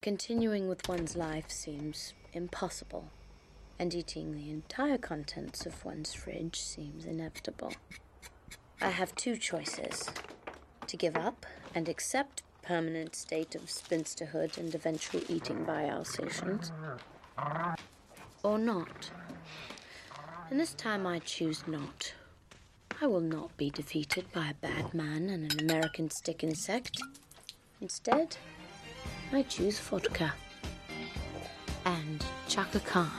continuing with one's life seems impossible, and eating the entire contents of one's fridge seems inevitable. I have two choices: to give up and accept permanent state of spinsterhood and eventual eating by Alsatians, or not. And this time I choose not. I will not be defeated by a bad man and an American stick insect. Instead, I choose vodka and Chaka Khan.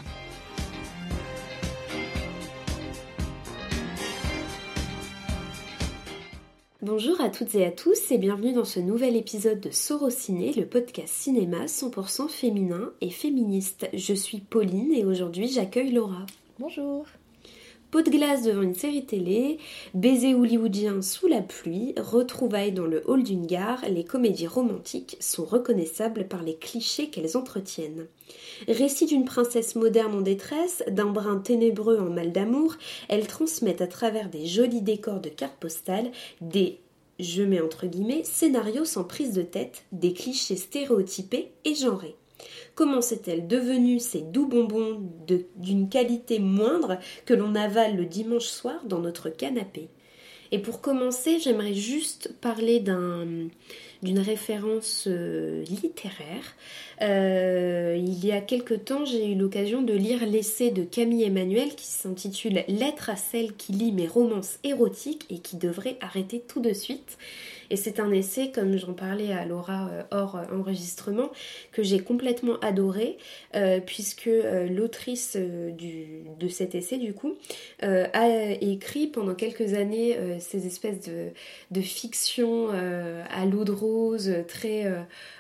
Bonjour à toutes et à tous et bienvenue dans ce nouvel épisode de Sorociné, le podcast cinéma 100% féminin et féministe. Je suis Pauline et aujourd'hui j'accueille Laura. Bonjour. Pot de glace devant une série télé, baiser hollywoodien sous la pluie, retrouvailles dans le hall d'une gare, les comédies romantiques sont reconnaissables par les clichés qu'elles entretiennent. Récit d'une princesse moderne en détresse, d'un brin ténébreux en mal d'amour, elles transmettent à travers des jolis décors de cartes postales des, je mets entre guillemets, scénarios sans prise de tête, des clichés stéréotypés et genrés. Comment s'est-elle devenue ces doux bonbons d'une qualité moindre que l'on avale le dimanche soir dans notre canapé ? Et pour commencer, j'aimerais juste parler d'une référence littéraire. Il y a quelque temps, j'ai eu l'occasion de lire l'essai de Camille Emmanuel qui s'intitule « Lettre à celle qui lit mes romances érotiques et qui devrait arrêter tout de suite ». Et c'est un essai, comme j'en parlais à Laura hors enregistrement, que j'ai complètement adoré, puisque l'autrice de cet essai, du coup, a écrit pendant quelques années ces espèces de fiction à l'eau de rose, très,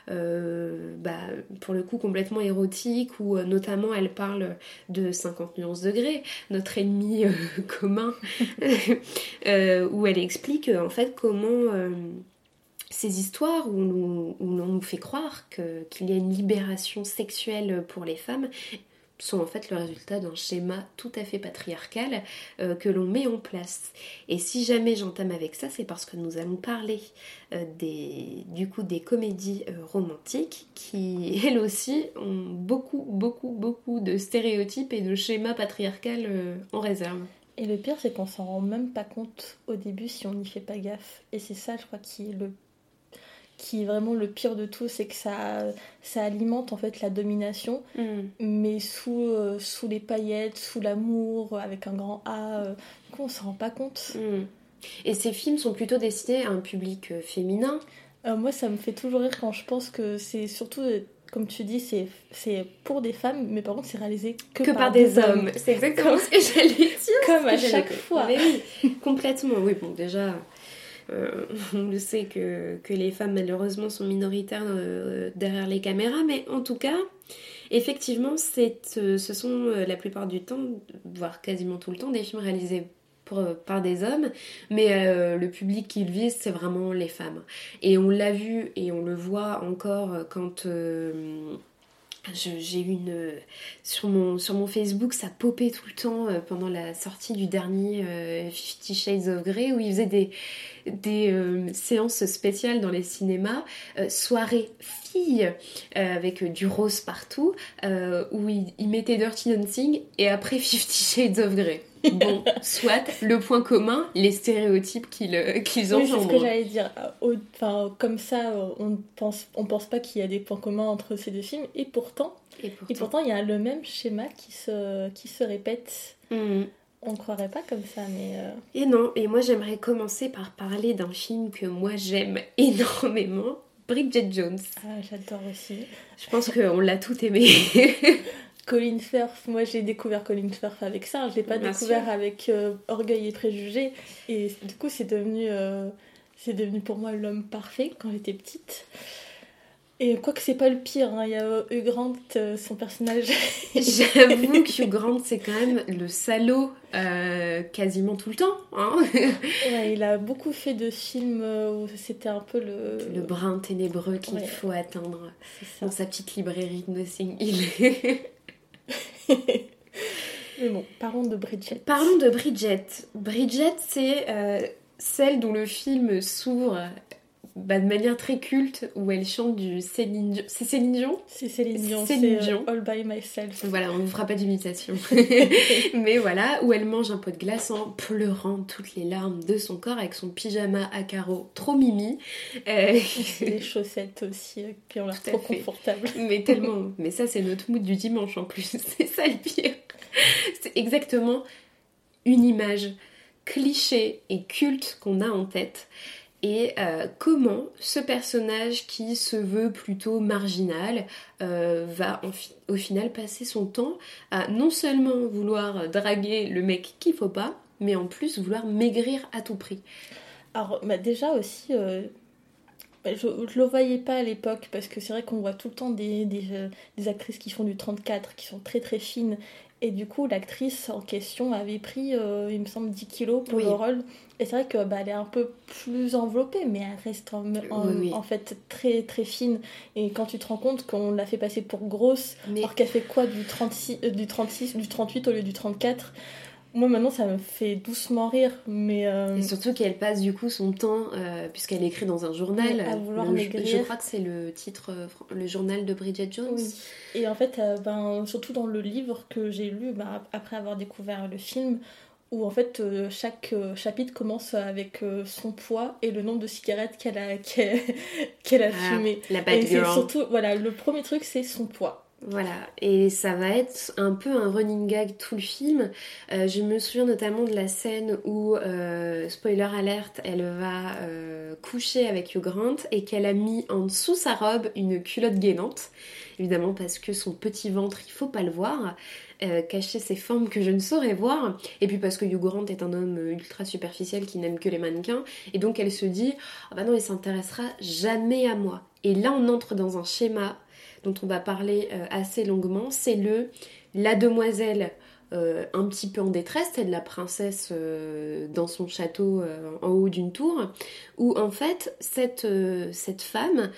pour le coup, complètement érotique, où notamment elle parle de 50 nuances degrés, notre ennemi commun, où elle explique en fait comment... ces histoires où l'on nous fait croire qu'il y a une libération sexuelle pour les femmes sont en fait le résultat d'un schéma tout à fait patriarcal que l'on met en place. Et si jamais j'entame avec ça, c'est parce que nous allons parler des comédies romantiques qui, elles aussi, ont beaucoup de stéréotypes et de schémas patriarcales en réserve. Et le pire, c'est qu'on s'en rend même pas compte au début si on n'y fait pas gaffe. Et c'est ça, je crois, qui est vraiment le pire de tout, c'est que ça alimente en fait la domination, mais sous les paillettes, sous l'amour, avec un grand A, du coup on s'en rend pas compte. Et ces films sont plutôt destinés à un public féminin. Moi ça me fait toujours rire quand je pense que c'est surtout... Comme tu dis, c'est pour des femmes, mais par contre, c'est réalisé que par des hommes. C'est exactement ce que j'allais dire. Comme à chaque fois. Mais oui, complètement. Oui, bon, déjà, on le sait que les femmes, malheureusement, sont minoritaires derrière les caméras. Mais en tout cas, effectivement, ce sont la plupart du temps, voire quasiment tout le temps, des films réalisés par des hommes, mais le public qu'ils visent, c'est vraiment les femmes. Et on l'a vu et on le voit encore quand j'ai eu sur mon Facebook, ça popait tout le temps pendant la sortie du dernier 50 Shades of Grey, où ils faisaient des séances spéciales dans les cinémas, soirée filles avec du rose partout, où ils mettaient Dirty Dancing et après 50 Shades of Grey. Bon, soit, le point commun, les stéréotypes qu'ils engendrent. Oui, c'est ce que j'allais dire. Comme ça, on pense pas qu'il y a des points communs entre ces deux films, et pourtant, il y a le même schéma qui se répète. On croirait pas comme ça, mais... Et non, et moi j'aimerais commencer par parler d'un film que moi j'aime énormément, Bridget Jones. Ah, j'adore aussi. Je pense qu'on l'a tout aimé. Colin Firth, moi j'ai découvert Colin Firth avec ça, je l'ai pas découvert avec Orgueil et Préjugés, et du coup c'est devenu pour moi l'homme parfait quand j'étais petite. Et quoique c'est pas le pire, hein. Il y a Hugh Grant, son personnage. J'avoue que Hugh Grant c'est quand même le salaud quasiment tout le temps. Hein. Ouais, il a beaucoup fait de films où c'était un peu le brin ténébreux qu'il faut atteindre dans sa petite librairie de Notting Hill. Mais bon, parlons de Bridget. Bridget, c'est celle dont le film s'ouvre de manière très culte où elle chante du Céline Dion. C'est Céline Dion ? C'est Céline Dion, Céline c'est Dion. All by Myself. Voilà, on ne vous fera pas d'imitation. Mais voilà, où elle mange un pot de glace en pleurant toutes les larmes de son corps avec son pyjama à carreaux trop mimi. C'est les chaussettes aussi qui ont l'air trop confortables. Mais tellement. Mais ça, c'est notre mood du dimanche en plus. C'est ça le pire. C'est exactement une image cliché et culte qu'on a en tête. Et comment ce personnage qui se veut plutôt marginal va au final passer son temps à non seulement vouloir draguer le mec qu'il faut pas, mais en plus vouloir maigrir à tout prix. Alors déjà aussi, je le voyais pas à l'époque parce que c'est vrai qu'on voit tout le temps des actrices qui font du 34, qui sont très très fines. Et du coup, l'actrice en question avait pris, il me semble, 10 kilos pour le rôle. Et c'est vrai que elle est un peu plus enveloppée, mais elle reste en fait très très fine. Et quand tu te rends compte qu'on l'a fait passer pour grosse, alors qu'elle fait quoi du 36, du 38 au lieu du 34, moi maintenant ça me fait doucement rire. Mais Et surtout qu'elle passe du coup son temps, puisqu'elle écrit dans un journal, à vouloir maigrir. Je crois que c'est le titre, le journal de Bridget Jones. Oui. Et en fait, surtout dans le livre que j'ai lu après avoir découvert le film, où en fait chaque chapitre commence avec son poids et le nombre de cigarettes qu'elle a fumé. La bad et girl. c'est surtout, voilà, le premier truc c'est son poids. Voilà, et ça va être un peu un running gag tout le film. Je me souviens notamment de la scène où, spoiler alerte, elle va coucher avec Hugh Grant et qu'elle a mis en dessous sa robe une culotte gainante, évidemment parce que son petit ventre, il faut pas le voir, cacher ses formes que je ne saurais voir, et puis parce que Hugh Grant est un homme ultra superficiel qui n'aime que les mannequins, et donc elle se dit « Ah bah non, il s'intéressera jamais à moi ». Et là on entre dans un schéma dont on va parler assez longuement, c'est la demoiselle un petit peu en détresse, c'est la princesse dans son château en haut d'une tour, où en fait cette femme,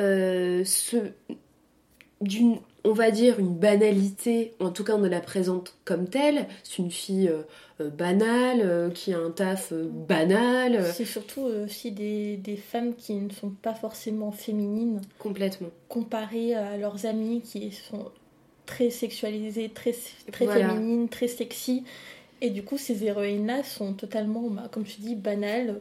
on va dire une banalité, en tout cas on la présente comme telle, c'est une fille banale, qui a un taf banal. C'est surtout aussi des femmes qui ne sont pas forcément féminines. Complètement. Comparées à leurs amies qui sont très sexualisées, très voilà. féminines, très sexy. Et du coup, ces héroïnes-là sont totalement, comme tu dis, banales.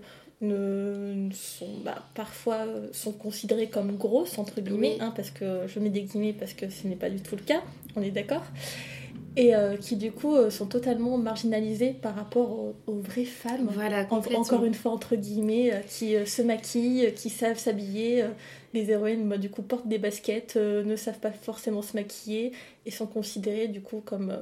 Parfois sont considérées comme grosses entre guillemets, parce que je mets des guillemets parce que ce n'est pas du tout le cas, on est d'accord, et qui du coup sont totalement marginalisées par rapport aux vraies femmes, voilà, encore une fois entre guillemets, qui se maquillent, qui savent s'habiller. Les héroïnes du coup portent des baskets, ne savent pas forcément se maquiller et sont considérées du coup comme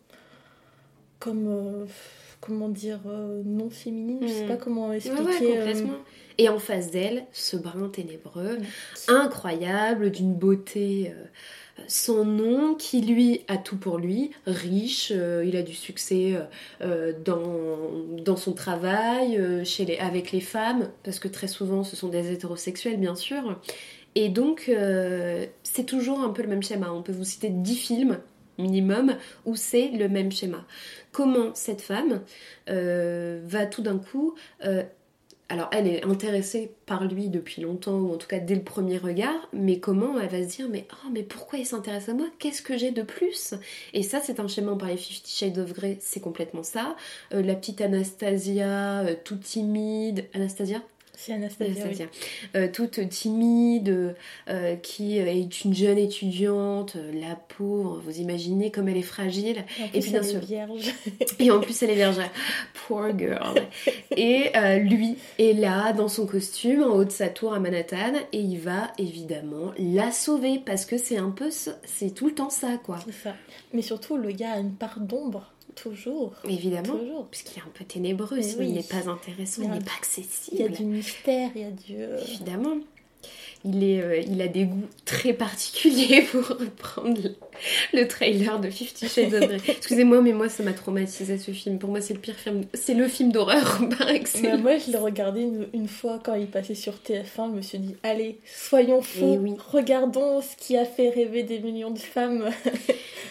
comment dire, non féminine, je sais pas comment expliquer. Ouais, complètement. Et en face d'elle, ce brun ténébreux, incroyable, d'une beauté sans nom, qui lui a tout pour lui, riche, il a du succès dans son travail, avec les femmes, parce que très souvent ce sont des hétérosexuels bien sûr. Et donc c'est toujours un peu le même schéma. On peut vous citer 10 films minimum où c'est le même schéma. Comment cette femme va tout d'un coup... alors elle est intéressée par lui depuis longtemps, ou en tout cas dès le premier regard, mais comment elle va se dire mais pourquoi il s'intéresse à moi ? Qu'est-ce que j'ai de plus ? Et ça c'est un schéma, on parlait 50 Shades of Grey, c'est complètement ça. La petite Anastasia, toute timide... Anastasia ? C'est Anastasia. Oui. Toute timide, qui est une jeune étudiante, la pauvre, vous imaginez comme elle est fragile. Et puis bien sûr, vierge. Et en plus elle est vierge. Poor girl. Et lui est là dans son costume en haut de sa tour à Manhattan et il va évidemment la sauver parce que c'est tout le temps ça quoi. C'est ça. Mais surtout le gars a une part d'ombre. Toujours. Évidemment. Toujours. Puisqu'il est un peu ténébreux, il n'est pas intéressant, il n'est pas accessible. Il y a du mystère, il y a du... Évidemment. Il a des goûts très particuliers pour reprendre le trailer de 50 Shades of Grey. Excusez-moi, mais moi ça m'a traumatisé ce film. Pour moi c'est le pire film, c'est le film d'horreur par excellence. Moi je l'ai regardé une fois quand il passait sur TF1, je me suis dit allez, soyons fous, regardons ce qui a fait rêver des millions de femmes.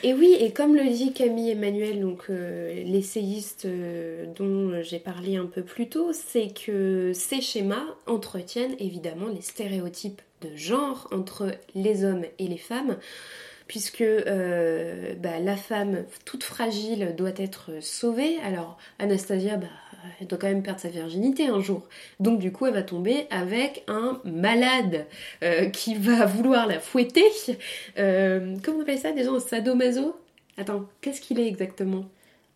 Et oui, et comme le dit Camille Emmanuel, donc l'essayiste dont j'ai parlé un peu plus tôt, c'est que ces schémas entretiennent évidemment les stéréotypes de genre entre les hommes et les femmes, puisque la femme toute fragile doit être sauvée. Alors Anastasia, elle doit quand même perdre sa virginité un jour. Donc du coup, elle va tomber avec un malade qui va vouloir la fouetter. Comment on appelle ça déjà, un sadomaso? Attends, qu'est-ce qu'il est exactement?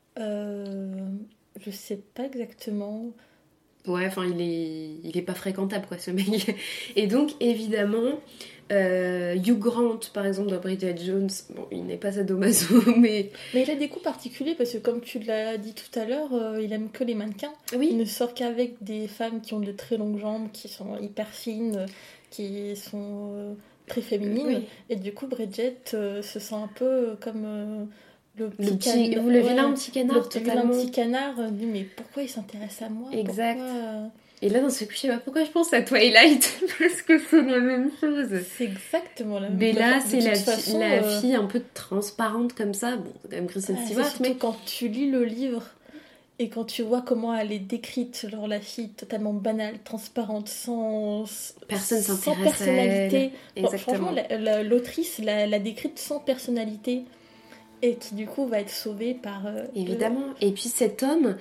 Je sais pas exactement. Ouais, enfin, il est pas fréquentable, quoi, ce mec. Et donc, évidemment, Hugh Grant, par exemple, dans Bridget Jones, bon, il n'est pas sadomaso, mais... Mais il a des goûts particuliers, parce que comme tu l'as dit tout à l'heure, il aime que les mannequins. Oui. Il ne sort qu'avec des femmes qui ont de très longues jambes, qui sont hyper fines, qui sont très féminines. Oui. Et du coup, Bridget se sent un peu comme... le vilain petit canard, totalement. Le vilain petit canard, dit mais pourquoi il s'intéresse à moi? Exact. Pourquoi... Et là, dans ce coup, je sais pas pourquoi je pense à Twilight, parce que c'est la même chose. C'est exactement la même chose. Mais là, c'est la fille un peu transparente comme ça. Bon, c'est quand même Kristen Stewart, mais quand tu lis le livre et quand tu vois comment elle est décrite, genre la fille totalement banale, transparente, sans personnalité. Exactement. Franchement, l'autrice l'a décrite sans personnalité et qui du coup va être sauvée par... Évidemment. Et puis cet homme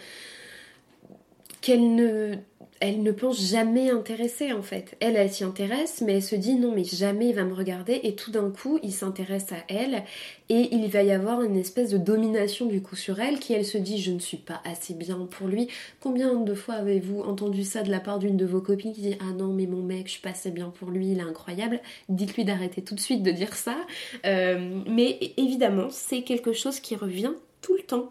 elle ne pense jamais intéresser en fait. Elle s'y intéresse, mais elle se dit non mais jamais il va me regarder, et tout d'un coup il s'intéresse à elle et il va y avoir une espèce de domination du coup sur elle, qui elle se dit je ne suis pas assez bien pour lui. Combien de fois avez-vous entendu ça de la part d'une de vos copines qui dit ah non mais mon mec je suis pas assez bien pour lui, il est incroyable. Dites-lui d'arrêter tout de suite de dire ça. Mais évidemment c'est quelque chose qui revient tout le temps.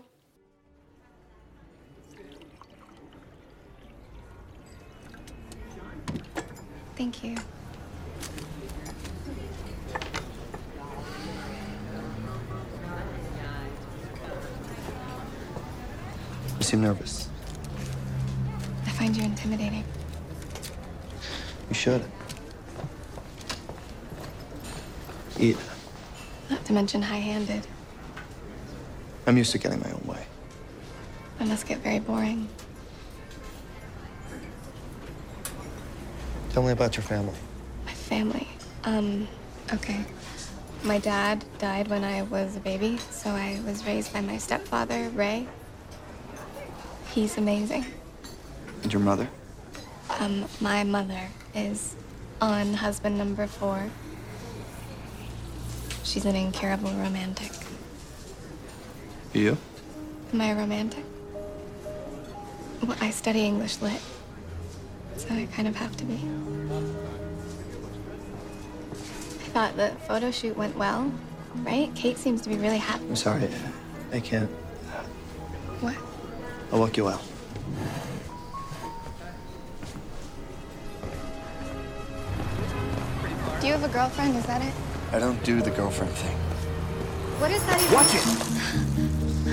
Thank you. You seem nervous. I find you intimidating. You should. Eat. Not to mention high-handed. I'm used to getting my own way. That must get very boring. Tell me about your family. My family. Okay. My dad died when I was a baby, so I was raised by my stepfather, Ray. He's amazing. And your mother? My mother is on husband number 4. She's an incurable romantic. You? Am I a romantic? Well, I study English lit, so I kind of have to be. I thought the photo shoot went well, right? Kate seems to be really happy. I'm sorry. I can't. What? I'll walk you out. Do you have a girlfriend? Is that it? I don't do the girlfriend thing. What is that even? Watch it!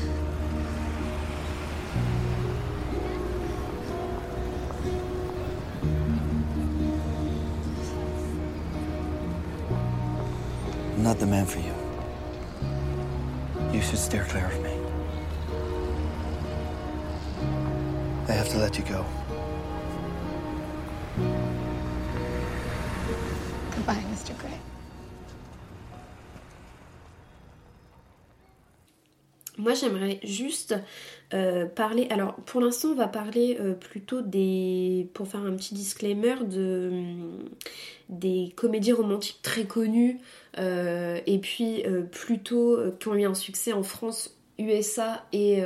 I'm not the man for you. You should steer clear of me. I have to let you go. Goodbye, Mr. Gray. Moi, j'aimerais juste parler... Alors, pour l'instant, on va parler plutôt des... Pour faire un petit disclaimer, des comédies romantiques très connues et puis plutôt qui ont eu un succès en France, USA et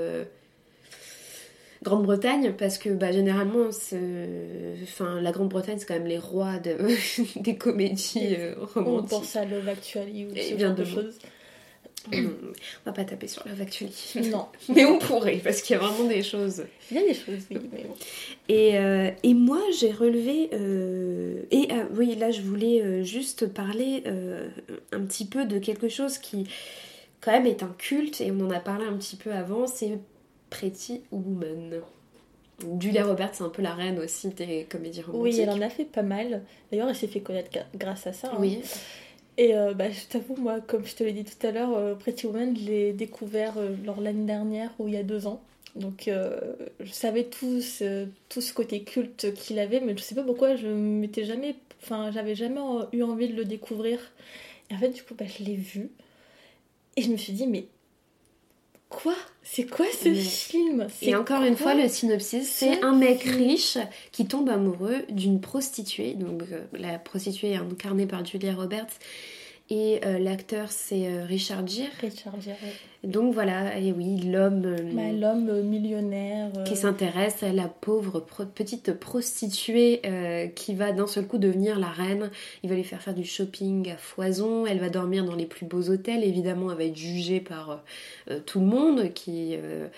Grande-Bretagne, parce que généralement, la Grande-Bretagne, c'est quand même les rois des comédies romantiques. On pense à Love Actually ou ce bien genre de de choses. On va pas taper sur Love Actually. Non. Mais on pourrait, parce qu'il y a vraiment des choses. Il y a des choses, oui, mais bon. Et moi, j'ai relevé... oui, là, je voulais juste parler un petit peu de quelque chose qui, quand même, est un culte, et on en a parlé un petit peu avant, c'est Pretty Woman. Julia Roberts, c'est un peu la reine aussi des comédies romantiques. Oui, elle en a fait pas mal. D'ailleurs, elle s'est fait connaître grâce à ça. Oui. Et je t'avoue, moi, comme je te l'ai dit tout à l'heure, Pretty Woman, je l'ai découvert l'année dernière ou il y a 2 ans. Donc je savais tout ce côté culte qu'il avait, mais je sais pas pourquoi j'avais jamais eu envie de le découvrir. Et en fait, du coup, je l'ai vu. Et je me suis dit, mais quoi? C'est quoi ce film? Et encore une fois, le synopsis, c'est un mec riche qui tombe amoureux d'une prostituée. Donc la prostituée est incarnée par Julia Roberts. Et l'acteur, c'est Richard Gere. Richard Gere, oui. Donc voilà, et oui, l'homme... l'homme millionnaire... qui s'intéresse à la pauvre petite prostituée qui va d'un seul coup devenir la reine. Il va lui faire du shopping à foison. Elle va dormir dans les plus beaux hôtels. Évidemment, elle va être jugée par tout le monde qui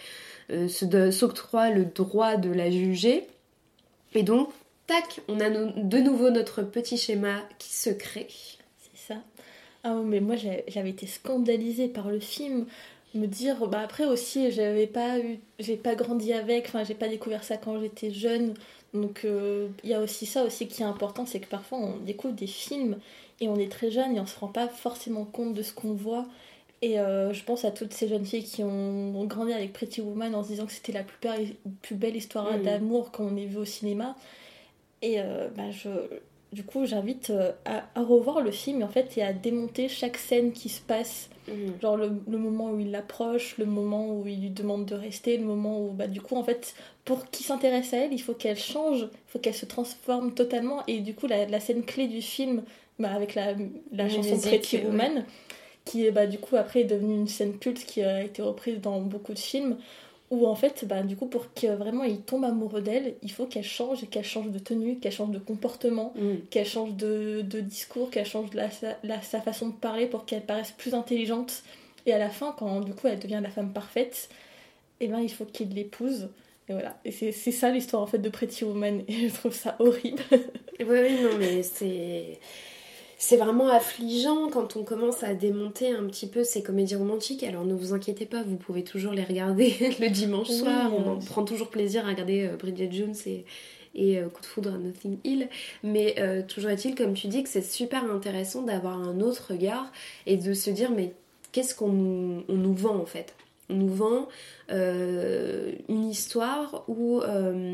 s'octroie le droit de la juger. Et donc, tac, on a de nouveau notre petit schéma qui se crée. C'est ça. Ah mais moi j'avais été scandalisée par le film, me dire après aussi j'ai pas grandi avec, enfin j'ai pas découvert ça quand j'étais jeune, donc il y a aussi ça aussi qui est important, c'est que parfois on découvre des films et on est très jeune et on se rend pas forcément compte de ce qu'on voit. Et je pense à toutes ces jeunes filles qui ont grandi avec Pretty Woman en se disant que c'était la plus belle histoire d'amour qu'on ait vu au cinéma. Et du coup, j'invite à revoir le film en fait, et à démonter chaque scène qui se passe. Genre le moment où il l'approche, le moment où il lui demande de rester, le moment où, du coup, en fait, pour qu'il s'intéresse à elle, il faut qu'elle change, il faut qu'elle se transforme totalement. Et du coup, la scène clé du film, avec la chanson Pretty Woman, qui est du coup après est devenue une scène culte qui a été reprise dans beaucoup de films, où en fait, du coup, pour que vraiment il tombe amoureux d'elle, il faut qu'elle change, et qu'elle change de tenue, qu'elle change de comportement, qu'elle change de discours, qu'elle change sa façon de parler pour qu'elle paraisse plus intelligente. Et à la fin, quand du coup elle devient la femme parfaite, il faut qu'il l'épouse. Et voilà. Et c'est ça l'histoire en fait de Pretty Woman. Et je trouve ça horrible. Oui, non, mais c'est vraiment affligeant quand on commence à démonter un petit peu ces comédies romantiques. Alors ne vous inquiétez pas, vous pouvez toujours les regarder le dimanche soir. On prend toujours plaisir à regarder Bridget Jones et Coup de foudre à Notting Hill. Mais toujours est-il, comme tu dis, que c'est super intéressant d'avoir un autre regard et de se dire, mais qu'est-ce qu'on nous vend en fait ? On nous vend une histoire où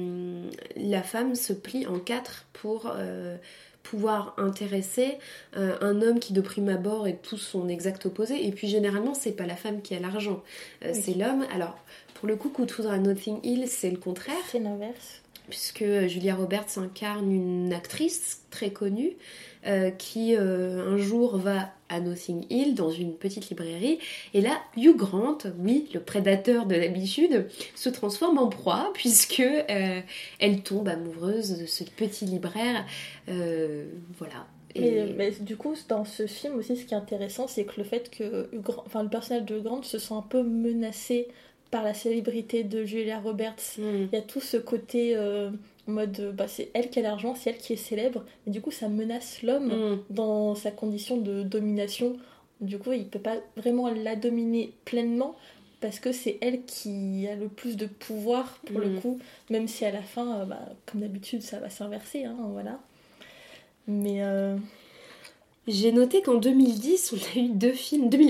la femme se plie en 4 pour... pouvoir intéresser un homme qui de prime abord est tout son exact opposé, et puis généralement c'est pas la femme qui a l'argent, c'est l'homme. Alors pour le coup, Coup de foudre à Notting Hill, c'est le contraire, c'est l'inverse, puisque Julia Roberts incarne une actrice très connue qui un jour va à Notting Hill dans une petite librairie, et là Hugh Grant, oui, le prédateur de l'habitude, se transforme en proie puisque elle tombe amoureuse de ce petit libraire, voilà. Mais du coup, dans ce film aussi, ce qui est intéressant, c'est que le fait que le personnage de Grant se sent un peu menacé par la célébrité de Julia Roberts. Il y a tout ce côté en mode c'est elle qui a l'argent, c'est elle qui est célèbre, et du coup ça menace l'homme dans sa condition de domination. Du coup il peut pas vraiment la dominer pleinement parce que c'est elle qui a le plus de pouvoir pour le coup, même si à la fin comme d'habitude ça va s'inverser, voilà. Mais j'ai noté qu'en 2011 on a eu 2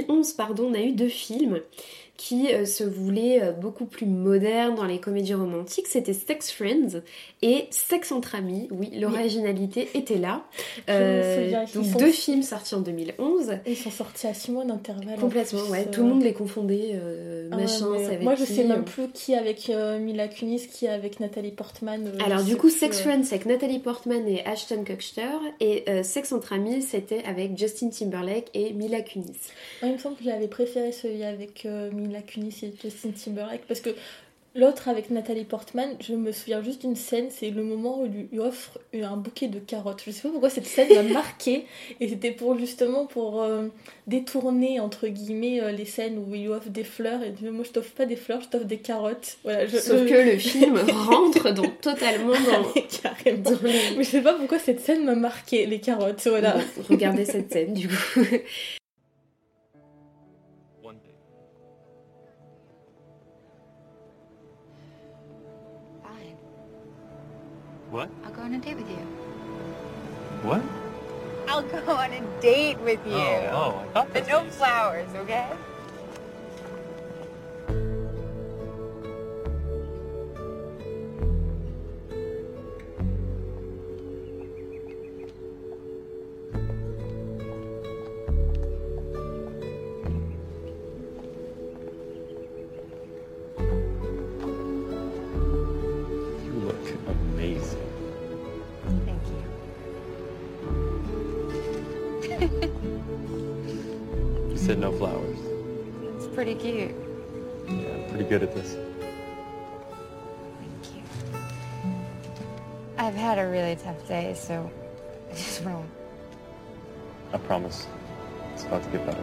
films qui se voulaient beaucoup plus modernes dans les comédies romantiques. C'était Sex Friends et Sex entre amis. Oui, l'originalité était là. Donc 2 films sortis en 2011. Et ils sont sortis à 6 mois d'intervalle. Complètement, ouais. Tout le monde les confondait, moi je sais même plus qui avec Mila Kunis, qui avec Nathalie Portman. Alors du coup, Sex Friends c'est avec Nathalie Portman et Ashton Kutcher, et Sex entre amis c'était avec Justin Timberlake et Mila Kunis. Il me semble que j'avais préféré celui avec Mila Kunis et Justin Timberlake, parce que l'autre avec Nathalie Portman, je me souviens juste d'une scène, c'est le moment où il lui offre un bouquet de carottes. Je sais pas pourquoi cette scène m'a marquée, et c'était pour détourner entre guillemets les scènes où il lui offre des fleurs, et moi je t'offre pas des fleurs, je t'offre des carottes. Voilà, Sauf que le film rentre totalement dans... Carrément. Mais je sais pas pourquoi cette scène m'a marquée, les carottes, voilà. Bon, regardez cette scène du coup. What? I'll go on a date with you. What? I'll go on a date with you. Oh, I thought But that's no what you said. flowers, okay? You look amazing. Thank you. You said no flowers. It's pretty cute. Yeah, I'm pretty good at this. Thank you. I've had a really tough day, so I just won't. I promise. It's about to get better.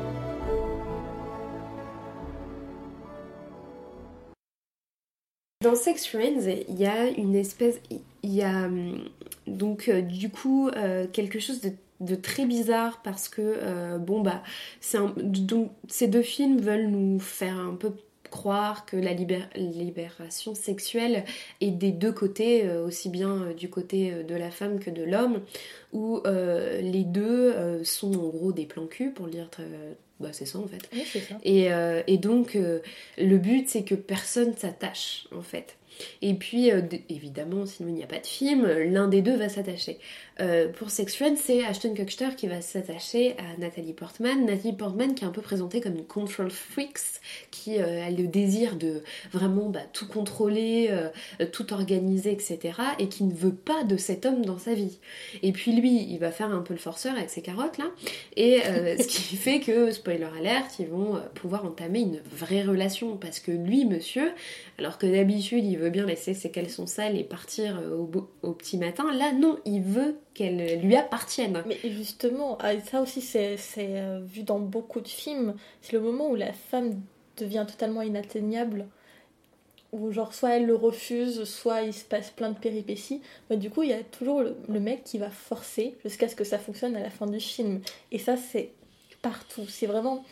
Dans Sex Friends, il y a une espèce... Il y a donc du coup quelque chose de très bizarre parce que donc, ces deux films veulent nous faire un peu croire que la libération sexuelle est des deux côtés, aussi bien du côté de la femme que de l'homme, où les deux sont en gros des plans cul, pour le dire très... Bah c'est ça en fait. Oui, c'est ça. Et donc le but c'est que personne s'attache en fait. Et puis évidemment sinon il n'y a pas de film, l'un des deux va s'attacher. Pour Sex Friends c'est Ashton Kutcher qui va s'attacher à Natalie Portman. Natalie Portman qui est un peu présentée comme une control freak, qui a le désir de vraiment tout contrôler, tout organiser, etc. Et qui ne veut pas de cet homme dans sa vie. Et puis lui il va faire un peu le forceur avec ses carottes là. Et ce qui fait que, spoiler alert, ils vont pouvoir entamer une vraie relation. Parce que lui, monsieur, alors que d'habitude il veut bien laisser ses caleçons sales et partir au petit matin, là non, il veut qu'elle lui appartienne. Mais justement, ça aussi c'est vu dans beaucoup de films, c'est le moment où la femme devient totalement inatteignable, où genre soit elle le refuse, soit il se passe plein de péripéties. Mais du coup il y a toujours le mec qui va forcer jusqu'à ce que ça fonctionne à la fin du film. Et ça c'est partout, c'est vraiment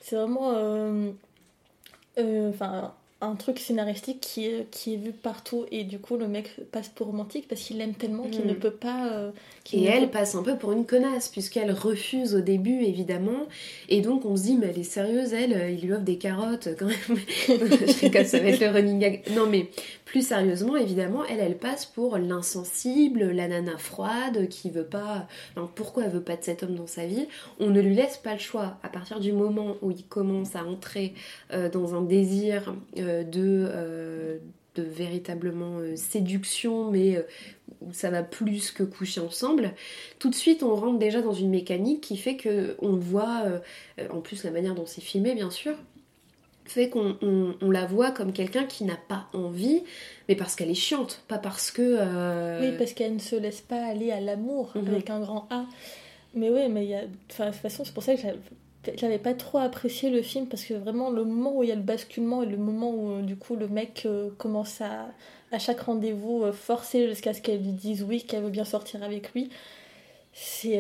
un truc scénaristique qui est vu partout, et du coup le mec passe pour romantique parce qu'il l'aime tellement qu'il ne peut pas... passe un peu pour une connasse puisqu'elle refuse au début évidemment, et donc on se dit mais elle est sérieuse, il lui offre des carottes quand même. Je rigole, ça va être le running gag. Non mais plus sérieusement évidemment elle passe pour l'insensible, la nana froide qui veut pas... Alors, pourquoi elle veut pas de cet homme dans sa vie? On ne lui laisse pas le choix. À partir du moment où il commence à entrer dans un désir de véritablement séduction, mais où ça va plus que coucher ensemble, tout de suite on rentre déjà dans une mécanique qui fait que on voit, en plus la manière dont c'est filmé bien sûr, fait qu'on la voit comme quelqu'un qui n'a pas envie, mais parce qu'elle est chiante, pas parce que... Oui, parce qu'elle ne se laisse pas aller à l'amour avec un grand A. Mais oui, mais il y a... Enfin, de toute façon, c'est pour ça que j'avais pas trop apprécié le film, parce que vraiment le moment où il y a le basculement et le moment où du coup le mec commence à chaque rendez-vous forcer jusqu'à ce qu'elle lui dise oui, qu'elle veut bien sortir avec lui, c'est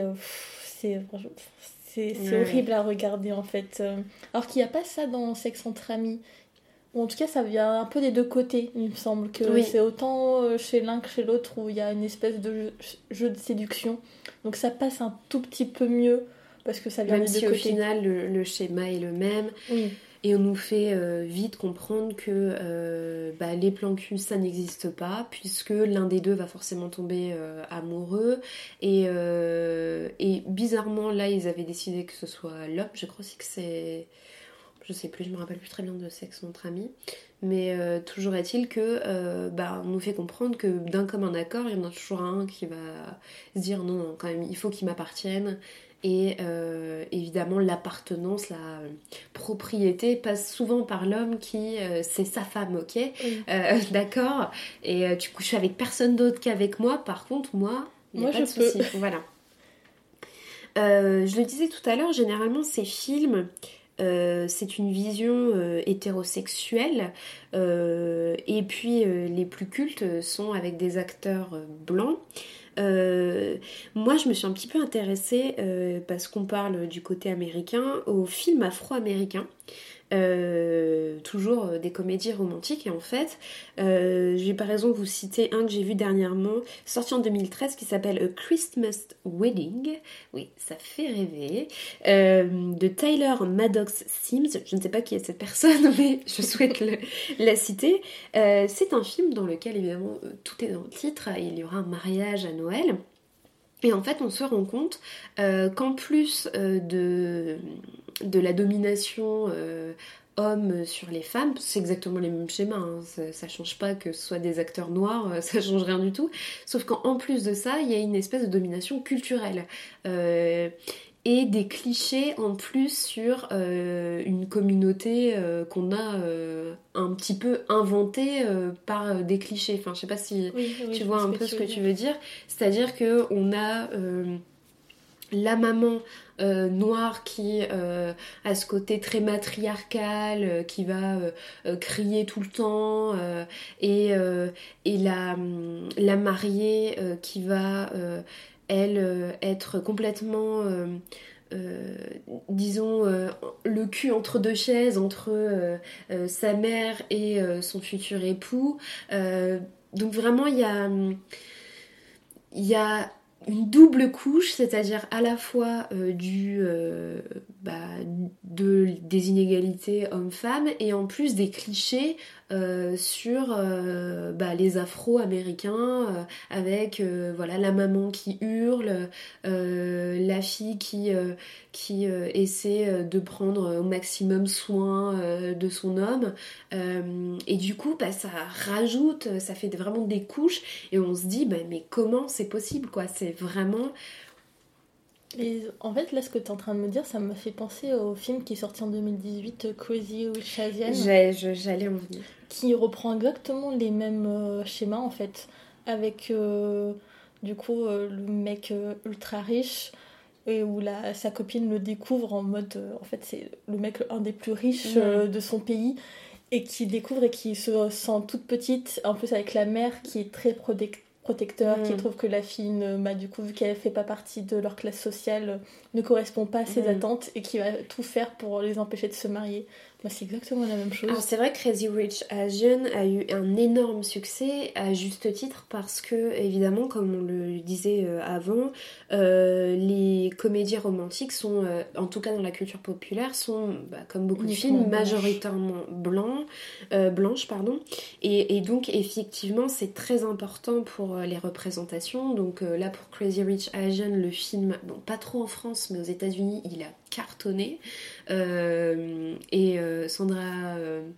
horrible à regarder en fait. Alors qu'il n'y a pas ça dans Sex entre amis. Ou en tout cas ça vient un peu des deux côtés, il me semble que c'est autant chez l'un que chez l'autre où il y a une espèce de jeu de séduction. Donc ça passe un tout petit peu mieux parce que ça vient même des deux si côtés. au final le schéma est le même. Oui. Et on nous fait vite comprendre que les plans cul ça n'existe pas, puisque l'un des deux va forcément tomber amoureux, et bizarrement là ils avaient décidé que ce soit l'homme. Je crois aussi que c'est... Je sais plus, je me rappelle plus très bien de Sexe entre amis, mais toujours est-il que on nous fait comprendre que d'un commun accord il y en a toujours un qui va se dire non quand même il faut qu'il m'appartienne. Et évidemment l'appartenance, la propriété passe souvent par l'homme qui c'est sa femme, ok, d'accord, et tu couches avec personne d'autre qu'avec moi, par contre moi il n'y a pas de souci. Voilà. Je le disais tout à l'heure, généralement ces films c'est une vision hétérosexuelle, et puis les plus cultes sont avec des acteurs blancs. Moi je me suis un petit peu intéressée parce qu'on parle du côté américain, aux films afro-américains, toujours des comédies romantiques. Et en fait, je vais par exemple vous citer un que j'ai vu dernièrement, sorti en 2013, qui s'appelle A Christmas Wedding. Oui, ça fait rêver. De Tyler Maddox Sims. Je ne sais pas qui est cette personne, mais je souhaite la citer. C'est un film dans lequel, évidemment, tout est dans le titre. Il y aura un mariage à Noël. Et en fait, on se rend compte qu'en plus de la domination homme sur les femmes, c'est exactement les mêmes schémas, hein, ça change pas que ce soit des acteurs noirs, ça change rien du tout, sauf qu'en plus de ça, il y a une espèce de domination culturelle. Et des clichés en plus sur une communauté qu'on a un petit peu inventée par des clichés. Enfin, je sais pas si tu vois un peu ce que tu veux dire. C'est-à-dire qu'on a la maman noire qui a ce côté très matriarcal, qui va crier tout le temps, et la mariée qui va... elle être complètement disons le cul entre deux chaises entre sa mère et son futur époux, donc vraiment il y a une double couche, c'est-à-dire à la fois des inégalités hommes-femmes et en plus des clichés sur les Afro-Américains, avec la maman qui hurle, la fille qui essaie de prendre au maximum soin de son homme, et du coup ça rajoute, ça fait vraiment des couches et on se dit mais comment c'est possible quoi, c'est vraiment... Et en fait, là, ce que tu es en train de me dire, ça m'a fait penser au film qui est sorti en 2018, Crazy Rich Asian. J'allais en venir. Qui reprend exactement les mêmes schémas, en fait. Avec, du coup, le mec ultra riche, et où sa copine le découvre en mode... en fait, c'est le mec un des plus riches de son pays, et qui découvre et qui se sent toute petite, en plus avec la mère qui est très protecteur, qui trouve que la fille, du coup, vu qu'elle fait pas partie de leur classe sociale, ne correspond pas à ses attentes et qui va tout faire pour les empêcher de se marier. C'est exactement la même chose. Alors c'est vrai que Crazy Rich Asian a eu un énorme succès à juste titre parce que, évidemment, comme on le disait avant, les comédies romantiques sont, en tout cas dans la culture populaire, sont, comme beaucoup de films, majoritairement blanches. Et donc effectivement c'est très important pour les représentations. Donc là pour Crazy Rich Asian, le film, bon pas trop en France mais aux États-Unis, il a cartonné. Sandra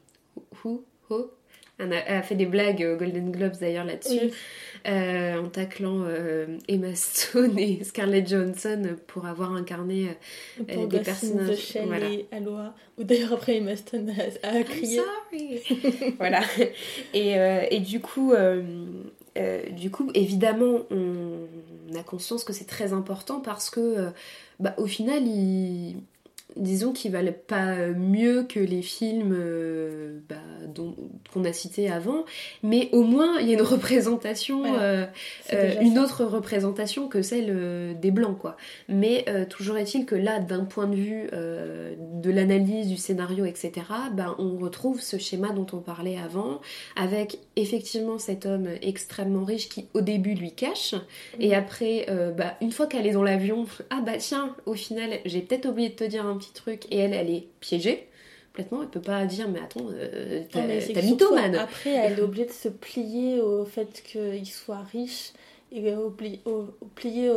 elle a fait des blagues aux Golden Globes d'ailleurs là-dessus, en taclant Emma Stone et Scarlett Johansson pour avoir incarné des personnages. Voilà. Et Aloha, ou d'ailleurs après Emma Stone a crié. I'm sorry. Voilà. Et du coup, évidemment, on a conscience que c'est très important parce que, au final, disons qu'ils valent pas mieux que les films qu'on a cités avant, mais au moins il y a une représentation, une autre représentation que celle des blancs quoi. Mais toujours est-il que là, d'un point de vue de l'analyse du scénario, etc., on retrouve ce schéma dont on parlait avant, avec effectivement cet homme extrêmement riche qui au début lui cache, et après une fois qu'elle est dans l'avion, tiens, au final j'ai peut-être oublié de te dire un petit truc, et elle est piégée complètement, elle peut pas dire mais attends, t'as mythomane. Après elle est obligée de se plier au fait qu'il soit riche et plier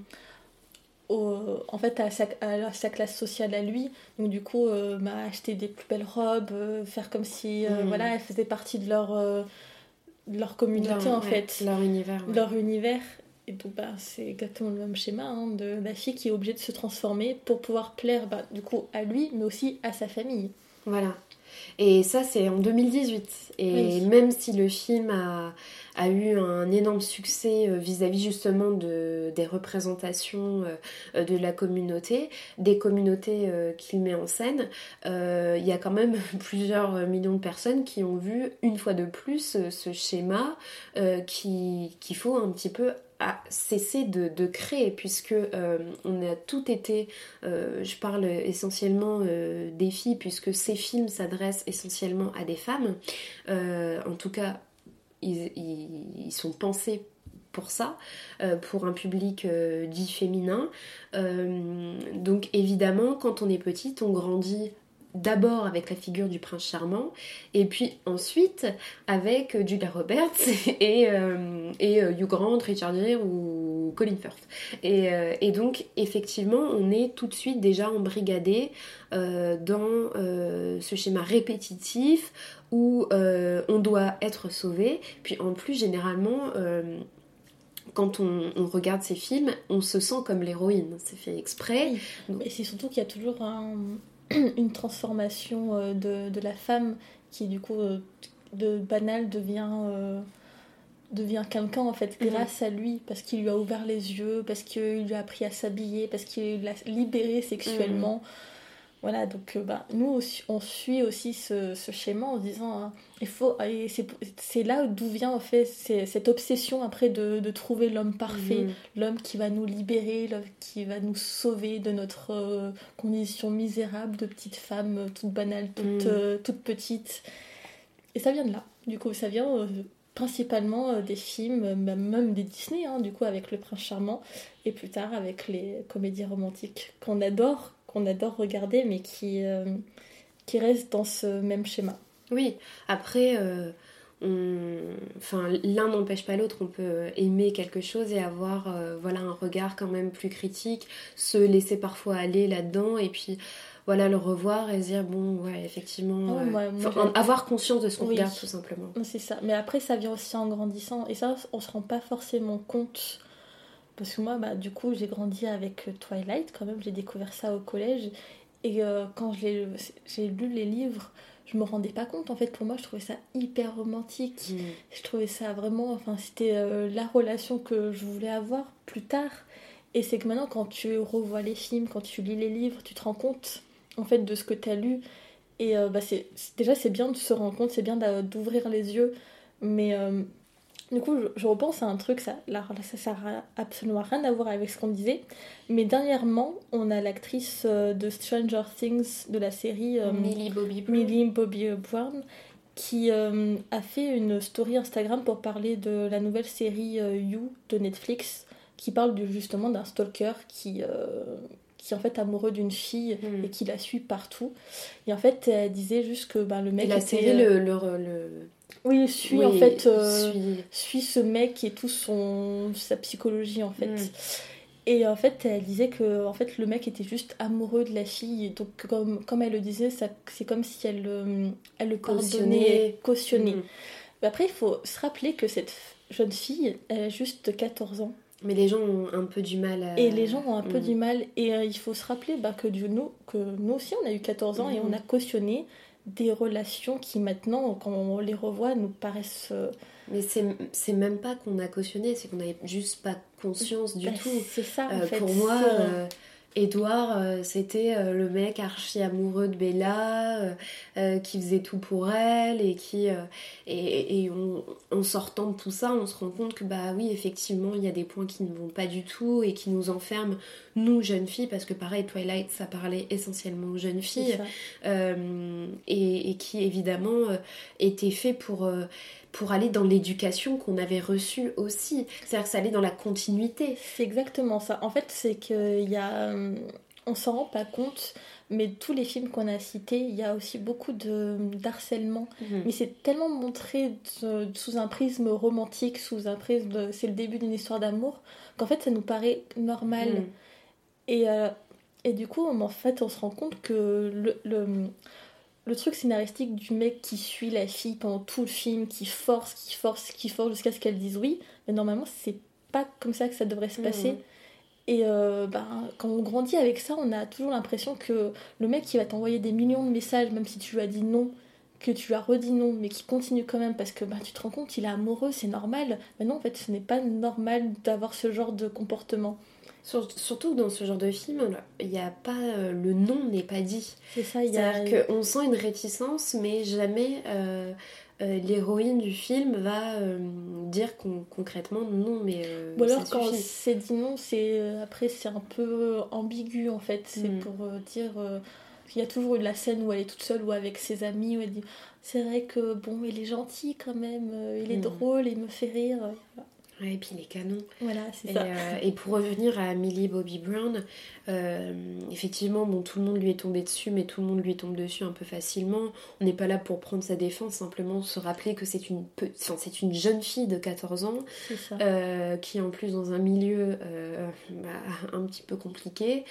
en fait à sa classe sociale à lui, donc du coup acheter des plus belles robes, faire comme si elle faisait partie de leur communauté, leur univers. Et donc c'est exactement le même schéma de la fille qui est obligée de se transformer pour pouvoir plaire du coup à lui mais aussi à sa famille. Voilà. Et ça c'est en 2018. Et même si le film a eu un énorme succès vis-à-vis justement des représentations de la communauté, des communautés qu'il met en scène, il y a quand même plusieurs millions de personnes qui ont vu une fois de plus ce schéma qu'il faut un petit peu a cessé de créer, puisque on a tout été, je parle essentiellement des filles, puisque ces films s'adressent essentiellement à des femmes, en tout cas ils sont pensés pour ça, pour un public dit féminin. Donc évidemment, quand on est petite, on grandit d'abord avec la figure du prince charmant, et puis ensuite avec Julia Roberts et Hugh Grant, Richard Gere ou Colin Firth. Et donc effectivement, on est tout de suite déjà embrigadé dans ce schéma répétitif où on doit être sauvé. Puis en plus, généralement, quand on regarde ces films, on se sent comme l'héroïne, c'est fait exprès. Oui. Et c'est surtout qu'il y a toujours une transformation de la femme qui du coup de banale devient quelqu'un en fait grâce à lui, parce qu'il lui a ouvert les yeux, parce qu'il lui a appris à s'habiller, parce qu'il l'a libérée sexuellement. Voilà, donc nous aussi, on suit aussi ce schéma en se disant c'est là d'où vient en fait cette obsession après de trouver l'homme parfait, l'homme qui va nous libérer, l'homme qui va nous sauver de notre condition misérable de petite femme toute banale, toute petite. Et ça vient de là. Du coup, ça vient principalement des films, même des Disney, du coup avec Le Prince Charmant, et plus tard avec les comédies romantiques qu'on adore regarder, mais qui restent dans ce même schéma. Oui, après, l'un n'empêche pas l'autre, on peut aimer quelque chose et avoir un regard quand même plus critique, se laisser parfois aller là-dedans, et puis voilà, le revoir et se dire bon, ouais, effectivement, avoir conscience de ce qu'on regarde, tout simplement. C'est ça, mais après ça vient aussi en grandissant, et ça on se rend pas forcément compte. Parce que moi, du coup, j'ai grandi avec Twilight, quand même, j'ai découvert ça au collège. Et quand j'ai lu les livres, je me rendais pas compte. En fait, pour moi, je trouvais ça hyper romantique. Je trouvais ça vraiment... c'était la relation que je voulais avoir plus tard. Et c'est que maintenant, quand tu revois les films, quand tu lis les livres, tu te rends compte, en fait, de ce que tu as lu. Et déjà, c'est bien de se rendre compte, c'est bien d'ouvrir les yeux. Mais... Du coup, je repense à un truc, ça n'a absolument rien à voir avec ce qu'on disait. Mais dernièrement, on a l'actrice de Stranger Things de la série Millie Bobby Brown qui a fait une story Instagram pour parler de la nouvelle série You de Netflix, qui parle justement d'un stalker qui est en fait amoureux d'une fille et qui la suit partout. Et en fait, elle disait juste que le mec... Et la série, Oui, suit ce mec et tout sa psychologie en fait. Et en fait, elle disait que en fait, le mec était juste amoureux de la fille. Et donc, comme elle le disait, c'est comme si elle le pardonnait, cautionnait. Mais après, il faut se rappeler que cette jeune fille, elle a juste 14 ans. Mais les gens ont un peu du mal à... Et les gens ont un peu du mal. Et il faut se rappeler que nous aussi, on a eu 14 ans et on a cautionné des relations qui maintenant, quand on les revoit, nous paraissent... Mais c'est même pas qu'on a cautionné, c'est qu'on n'avait juste pas conscience du tout. C'est ça, en fait. Pour moi, Edward, c'était le mec archi amoureux de Bella, qui faisait tout pour elle, et qui... en sortant de tout ça, on se rend compte que oui, effectivement, il y a des points qui ne vont pas du tout et qui nous enferment, nous, jeunes filles, parce que pareil, Twilight, ça parlait essentiellement aux jeunes filles, et qui, évidemment, était fait pour aller dans l'éducation qu'on avait reçue aussi. C'est-à-dire que ça allait dans la continuité. C'est exactement ça. En fait, c'est qu'il y a... On s'en rend pas compte, mais tous les films qu'on a cités, il y a aussi beaucoup d'harcèlement. Mais c'est tellement montré sous un prisme romantique, sous un prisme... c'est le début d'une histoire d'amour, qu'en fait, ça nous paraît normal. Et du coup, en fait, on se rend compte que le truc scénaristique du mec qui suit la fille pendant tout le film, qui force jusqu'à ce qu'elle dise oui, mais normalement c'est pas comme ça que ça devrait se passer. Et quand on grandit avec ça, on a toujours l'impression que le mec qui va t'envoyer des millions de messages, même si tu lui as dit non, que tu lui as redit non, mais qui continue quand même parce que tu te rends compte qu'il est amoureux, c'est normal. Mais non, en fait, ce n'est pas normal d'avoir ce genre de comportement. Surtout dans ce genre de film, il y a pas le nom n'est pas dit. C'est ça, C'est-à-dire qu'on sent une réticence, mais jamais l'héroïne du film va dire concrètement non, mais ou alors ça quand suffit. c'est dit non, après c'est un peu ambigu en fait. C'est pour dire qu'il y a toujours la scène où elle est toute seule ou avec ses amis où elle dit c'est vrai que bon, il est gentil quand même, il est drôle, il me fait rire. Ouais, et puis les canons. Voilà, c'est ça. Et pour revenir à Millie Bobby Brown, effectivement, bon, tout le monde lui est tombé dessus, mais tout le monde lui tombe dessus un peu facilement. On n'est pas là pour prendre sa défense, simplement se rappeler que c'est une jeune fille de 14 ans, C'est ça. qui est en plus dans un milieu un petit peu compliqué,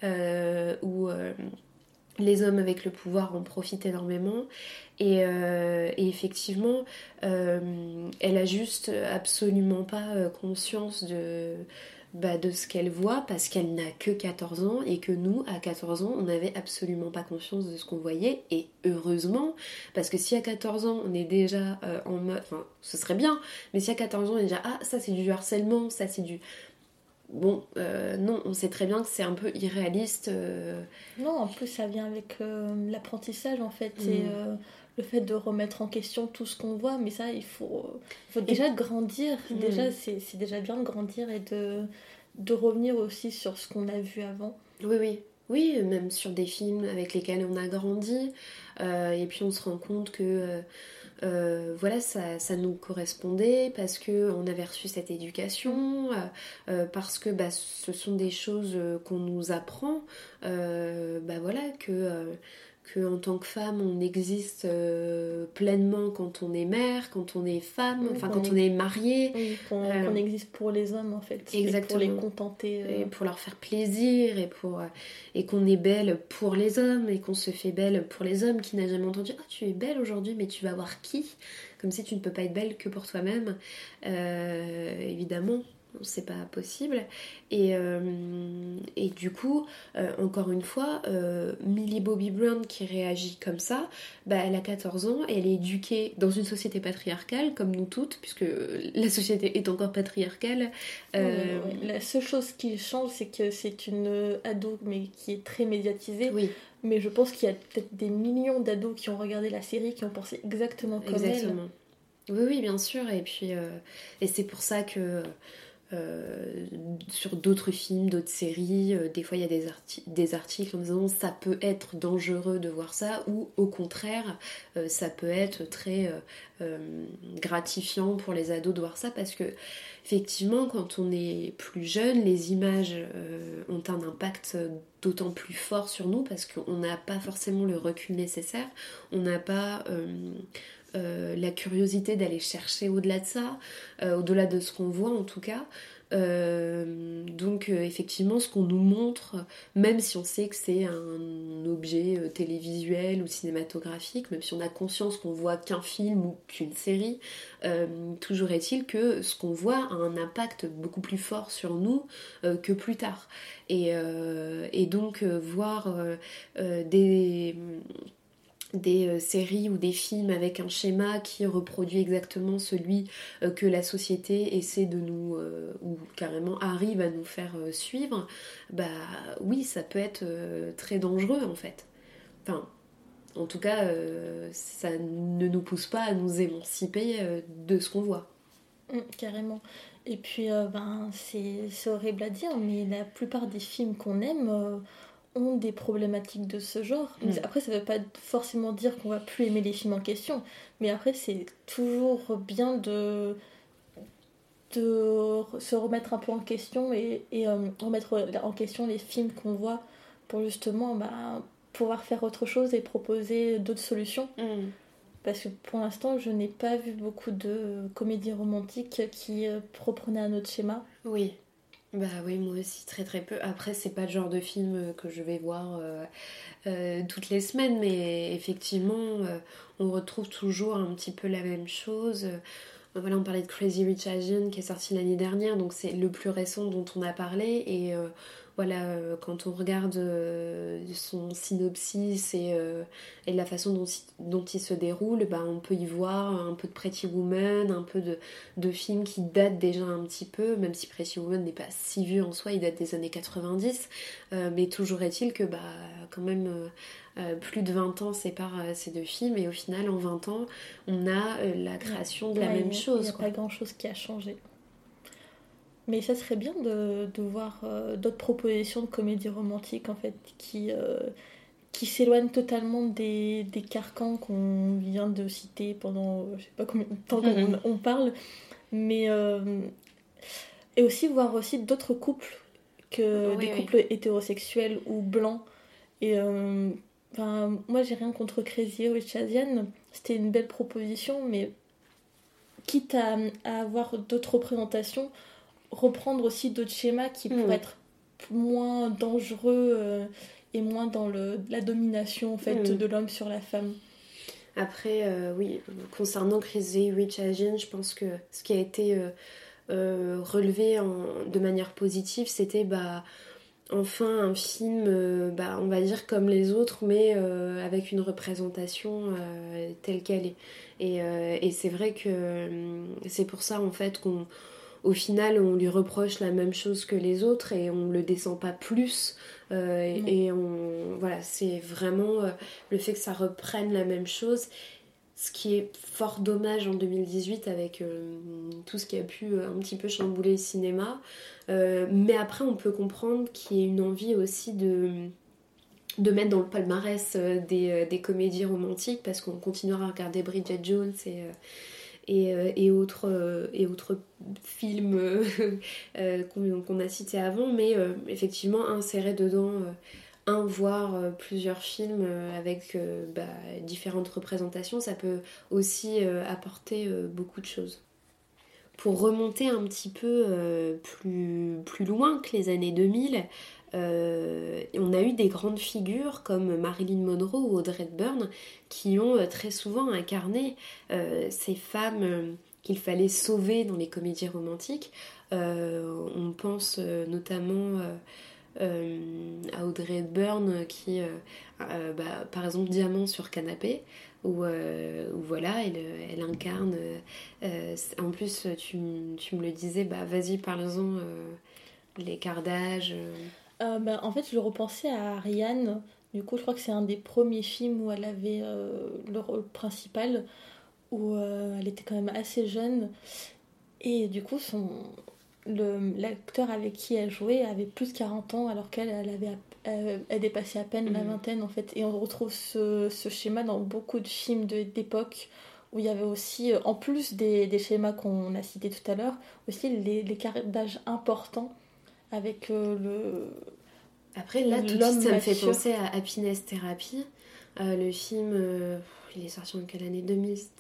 où les hommes avec le pouvoir en profitent énormément. Et effectivement, elle a juste absolument pas conscience de ce qu'elle voit, parce qu'elle n'a que 14 ans et que nous, à 14 ans, on n'avait absolument pas conscience de ce qu'on voyait. Et heureusement, parce que si à 14 ans, on est déjà en mode... Enfin, ce serait bien, mais si à 14 ans, on est déjà « Ah, ça c'est du harcèlement, ça c'est du... » Bon, non, on sait très bien que c'est un peu irréaliste. Non, en plus ça vient avec l'apprentissage en fait, et le fait de remettre en question tout ce qu'on voit, mais ça il faut déjà grandir, déjà c'est déjà bien de grandir et de revenir aussi sur ce qu'on a vu avant. Oui, même sur des films avec lesquels on a grandi, et puis on se rend compte que voilà, ça nous correspondait parce qu'on avait reçu cette éducation, parce que ce sont des choses qu'on nous apprend, voilà, que en tant que femme on existe pleinement quand on est mère, quand on est femme, quand on est mariée. Oui, qu'on existe pour les hommes en fait. Exactement. Et pour les contenter. Et pour leur faire plaisir, et qu'on est belle pour les hommes, et qu'on se fait belle pour les hommes. Qui n'a jamais entendu « Ah, tu es belle aujourd'hui, mais tu vas voir qui ?» Comme si tu ne peux pas être belle que pour toi-même. Évidemment, c'est pas possible. Et du coup, encore une fois, Millie Bobby Brown qui réagit comme ça, elle a 14 ans, elle est éduquée dans une société patriarcale, comme nous toutes, puisque la société est encore patriarcale. La seule chose qui change, c'est que c'est une ado, mais qui est très médiatisée. Oui. Mais je pense qu'il y a peut-être des millions d'ados qui ont regardé la série, qui ont pensé exactement comme elle. Oui, bien sûr. Et puis, et c'est pour ça que sur d'autres films, d'autres séries, des fois il y a des articles en disant ça peut être dangereux de voir ça, ou au contraire ça peut être très gratifiant pour les ados de voir ça, parce que effectivement quand on est plus jeune, les images ont un impact d'autant plus fort sur nous, parce qu'on n'a pas forcément le recul nécessaire, on n'a pas la curiosité d'aller chercher au-delà de ça, au-delà de ce qu'on voit en tout cas. Donc effectivement ce qu'on nous montre, même si on sait que c'est un objet télévisuel ou cinématographique, même si on a conscience qu'on voit qu'un film ou qu'une série, toujours est-il que ce qu'on voit a un impact beaucoup plus fort sur nous que plus tard. Et donc voir des séries ou des films avec un schéma qui reproduit exactement celui que la société essaie de nous, ou carrément arrive à nous faire suivre, oui, ça peut être très dangereux en fait. Enfin, en tout cas, ça ne nous pousse pas à nous émanciper de ce qu'on voit. Carrément. Et puis, c'est horrible à dire, mais la plupart des films qu'on aime... ont des problématiques de ce genre. Mais après, ça veut pas forcément dire qu'on va plus aimer les films en question, mais après, c'est toujours bien de se remettre un peu en question et remettre en question les films qu'on voit pour justement pouvoir faire autre chose et proposer d'autres solutions. Parce que pour l'instant, je n'ai pas vu beaucoup de comédies romantiques qui reprenaient un autre schéma. Oui, moi aussi, très très peu. Après, c'est pas le genre de film que je vais voir toutes les semaines, mais effectivement, on retrouve toujours un petit peu la même chose. Voilà, on parlait de Crazy Rich Asians qui est sorti l'année dernière, donc c'est le plus récent dont on a parlé, et quand on regarde son synopsis et la façon dont il se déroule, on peut y voir un peu de Pretty Woman, un peu de films qui datent déjà un petit peu, même si Pretty Woman n'est pas si vieux en soi, il date des années 90, mais toujours est-il que quand même plus de 20 ans séparent ces deux films, et au final en 20 ans on a la création de la même chose. Il n'y a pas grand chose qui a changé. Mais ça serait bien de voir d'autres propositions de comédie romantique en fait qui s'éloignent totalement des carcans qu'on vient de citer pendant je sais pas combien de temps on parle, mais et aussi voir aussi d'autres couples que des couples hétérosexuels ou blancs. Et moi j'ai rien contre Crazy Rich Asian, c'était une belle proposition, mais quitte à avoir d'autres représentations, reprendre aussi d'autres schémas qui pourraient être moins dangereux et moins dans la domination en fait de l'homme sur la femme. Après, concernant Crazy Rich Asian, je pense que ce qui a été relevé de manière positive, c'était enfin un film, on va dire comme les autres, mais avec une représentation telle qu'elle est. Et c'est vrai que c'est pour ça en fait qu'au final on lui reproche la même chose que les autres et on le descend pas plus. Et c'est vraiment le fait que ça reprenne la même chose. Ce qui est fort dommage en 2018 avec tout ce qui a pu un petit peu chambouler le cinéma. Mais après, on peut comprendre qu'il y ait une envie aussi de mettre dans le palmarès des comédies romantiques, parce qu'on continuera à regarder Bridget Jones et autres films qu'on a cités avant, mais effectivement insérer dedans voire plusieurs films avec différentes représentations, ça peut aussi apporter beaucoup de choses. Pour remonter un petit peu plus loin que les années 2000, on a eu des grandes figures comme Marilyn Monroe ou Audrey Hepburn qui ont très souvent incarné ces femmes qu'il fallait sauver dans les comédies romantiques. On pense notamment à Audrey Hepburn qui par exemple Diamant sur canapé où voilà elle incarne en plus tu me le disais, vas-y parle-en, l'écart d'âge. En fait je le repensais à Ariane, du coup je crois que c'est un des premiers films où elle avait le rôle principal, où elle était quand même assez jeune, et du coup l'acteur avec qui elle jouait avait plus de 40 ans alors qu'elle elle dépassait à peine la vingtaine en fait. Et on retrouve ce schéma dans beaucoup de films d'époque où il y avait aussi, en plus des schémas qu'on a cités tout à l'heure, aussi l'écart d'âge important avec Après là tout de suite ça me fait penser à Happiness Therapy, le film il est sorti en quelle année, 2015 ?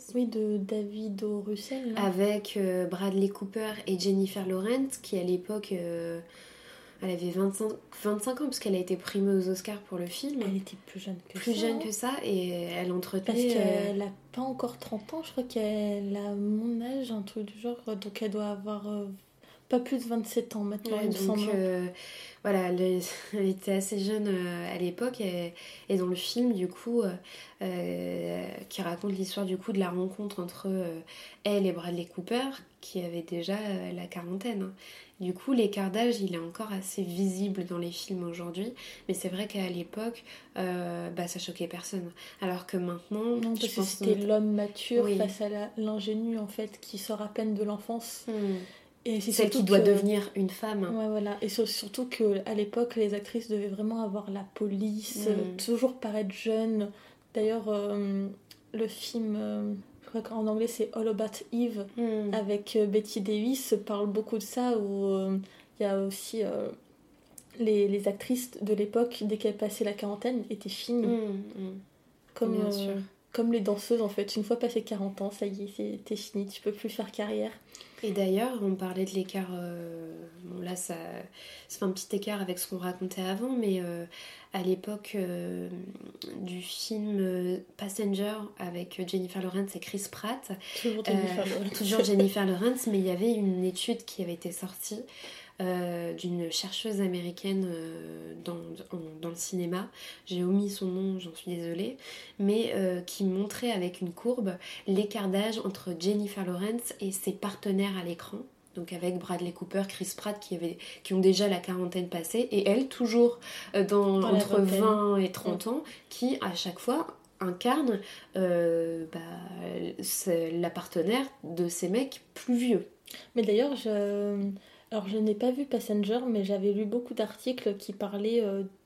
Oui, de David O. Russell. Avec Bradley Cooper et Jennifer Lawrence, qui à l'époque, elle avait 25 ans, parce qu'elle a été primée aux Oscars pour le film. Elle était plus jeune que ça. Plus jeune que ça, et elle entretenait... Parce qu'elle n'a pas encore 30 ans, je crois qu'elle a mon âge, un truc du genre, donc elle doit avoir... pas plus de 27 ans maintenant, il me semble. Voilà, elle était assez jeune à l'époque, et dans le film, du coup, qui raconte l'histoire du coup de la rencontre entre elle et Bradley Cooper, qui avait déjà la quarantaine. Hein. Du coup, l'écart d'âge, il est encore assez visible dans les films aujourd'hui, mais c'est vrai qu'à l'époque, ça choquait personne. Alors que maintenant... Non, parce que c'était l'homme mature face à l'ingénue, en fait, qui sort à peine de l'enfance. Et c'est celle qui doit devenir une femme. Ouais, voilà. Et surtout qu'à l'époque, les actrices devaient vraiment avoir la police, toujours paraître jeunes. D'ailleurs, le film, je crois qu'en anglais c'est All About Eve, avec Betty Davis, parle beaucoup de ça, où il y a aussi les actrices de l'époque, dès qu'elles passaient la quarantaine, étaient fines. Comme les danseuses en fait, une fois passé 40 ans, ça y est, t'es fini, tu peux plus faire carrière. Et d'ailleurs, on parlait de l'écart, bon là ça fait un petit écart avec ce qu'on racontait avant, mais à l'époque du film Passenger avec Jennifer Lawrence et Chris Pratt, toujours Jennifer Lawrence. Toujours Jennifer Lawrence, mais il y avait une étude qui avait été sortie d'une chercheuse américaine dans le cinéma. J'ai omis son nom, j'en suis désolée, mais qui montrait avec une courbe l'écart d'âge entre Jennifer Lawrence et ses partenaires à l'écran. Donc avec Bradley Cooper, Chris Pratt qui ont déjà la quarantaine passée, et elle toujours entre 20 et 30 ans, qui à chaque fois incarne la partenaire de ces mecs plus vieux. Mais d'ailleurs, je n'ai pas vu Passenger, mais j'avais lu beaucoup d'articles qui parlaient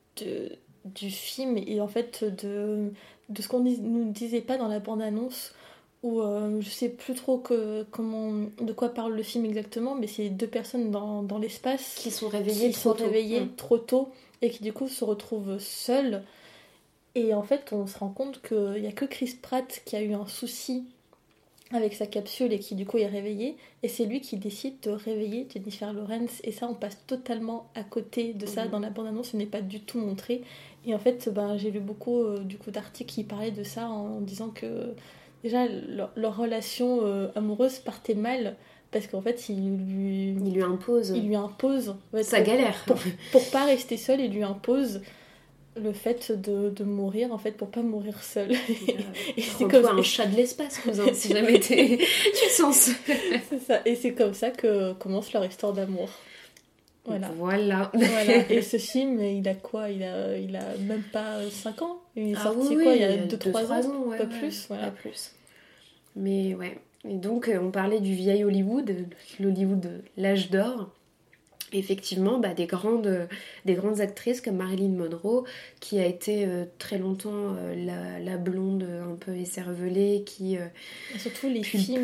du film et en fait de ce qu'on nous disait pas dans la bande-annonce, où je sais plus trop de quoi parle le film exactement, mais c'est 2 personnes dans l'espace qui sont réveillées trop tôt et qui du coup se retrouvent seules. Et en fait, on se rend compte qu'il n'y a que Chris Pratt qui a eu un souci avec sa capsule et qui du coup est réveillé, et c'est lui qui décide de réveiller Jennifer Lawrence, et ça on passe totalement à côté de ça. Dans la bande-annonce, ce n'est pas du tout montré, et en fait j'ai lu beaucoup d'articles qui parlaient de ça en disant que déjà leur relation amoureuse partait mal parce qu'en fait il lui impose en fait, sa galère pour pas rester seul. Il lui impose le fait de mourir en fait pour pas mourir seul. Et c'est comme un chat de l'espace, cousin, si jamais tu sens. C'est ça, et c'est comme ça que commence leur histoire d'amour. Voilà. Et ce film, il a quoi ? Il a même pas 5 ans. Il est sorti il y a 2-3 ans, ouais, pas plus. Voilà. Pas plus. Mais ouais. Et donc on parlait du vieil Hollywood, l'Hollywood de l'âge d'or. Effectivement, des grandes actrices comme Marilyn Monroe, qui a été très longtemps la blonde un peu écervelée, qui et surtout les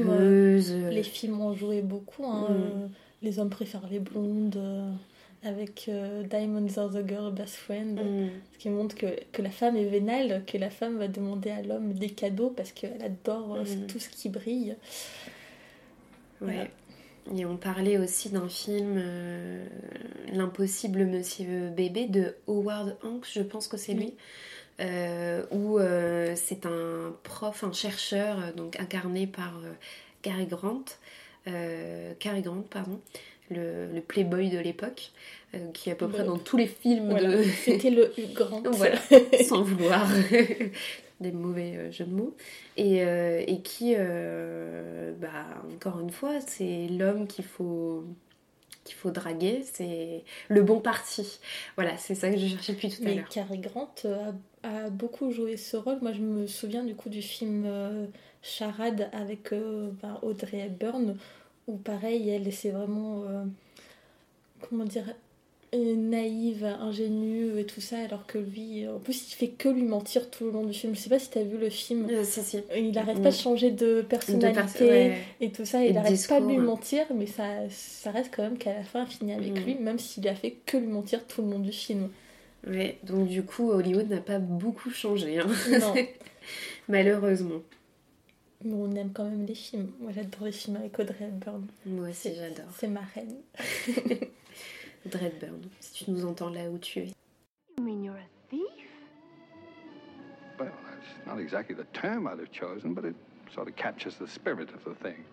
films ont joué beaucoup. Les hommes préfèrent les blondes, avec Diamonds Are the Girl Best Friend, ce qui montre que la femme est vénale, que la femme va demander à l'homme des cadeaux parce qu'elle adore tout ce qui brille. Ouais. Voilà. Et on parlait aussi d'un film, L'impossible Monsieur Bébé, de Howard Hawks, je pense que c'est lui, où c'est un chercheur, donc incarné par Cary Grant, le playboy de l'époque, qui est à peu près dans tous les films de... C'était le Hugh Grant. Voilà, sans vouloir... des mauvais jeux de mots, et qui encore une fois, c'est l'homme qu'il faut draguer, c'est le bon parti. Voilà, c'est ça que je cherchais depuis tout à l'heure. Cary Grant a beaucoup joué ce rôle. Moi je me souviens du coup du film Charade avec Audrey Hepburn, où pareil, elle c'est vraiment naïve, ingénue et tout ça, alors que lui, en plus, il fait que lui mentir tout le long du film. Je sais pas si t'as vu le film. Si. Il arrête pas de changer de personnalité et tout ça. Il arrête pas de lui mentir, mais ça reste quand même qu'à la fin, il finit avec lui, même s'il a fait que lui mentir tout le long du film. Ouais, donc du coup, Hollywood n'a pas beaucoup changé. Hein. Non. Malheureusement. Mais on aime quand même les films. Moi, j'adore les films avec Audrey Hepburn. Moi aussi, j'adore. C'est ma reine. Dreadburn, si tu nous entends là où tu es. You mean you're a thief? Well, that's not exactly the term I'd have chosen, but it sort of captures the spirit of the thing.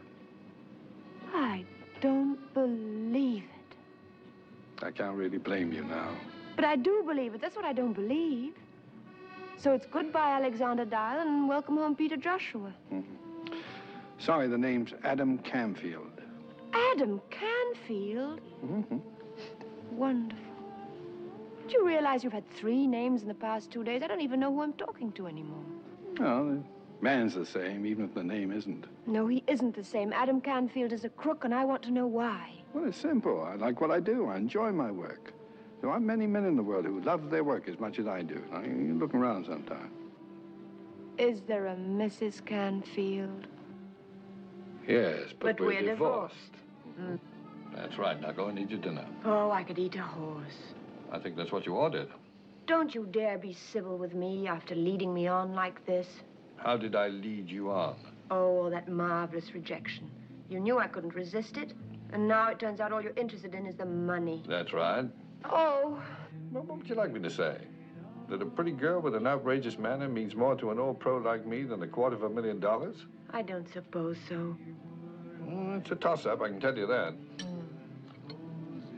I don't believe it. I can't really blame you now. But I do believe it. That's what I don't believe. So it's goodbye, Alexander Dial, and welcome home, Peter Joshua. Mm-hmm. Sorry, the name's Adam Camfield. Adam Canfield? Mm-hmm. Wonderful. Do you realize you've had 3 names in the past 2 days? I don't even know who I'm talking to anymore. No, the man's the same, even if the name isn't. No, he isn't the same. Adam Canfield is a crook, and I want to know why. Well, it's simple. I like what I do. I enjoy my work. There aren't many men in the world who love their work as much as I do. Now, you look around sometime. Is there a Mrs. Canfield? Yes, but we're divorced. Mm. That's right. Now go and eat your dinner. Oh, I could eat a horse. I think that's what you ordered. Don't you dare be civil with me after leading me on like this. How did I lead you on? Oh, that marvelous rejection. You knew I couldn't resist it, and now it turns out all you're interested in is the money. That's right. Oh. Well, what would you like me to say? That a pretty girl with an outrageous manner means more to an old pro like me than $250,000? I don't suppose so. Well, it's a toss-up, I can tell you that.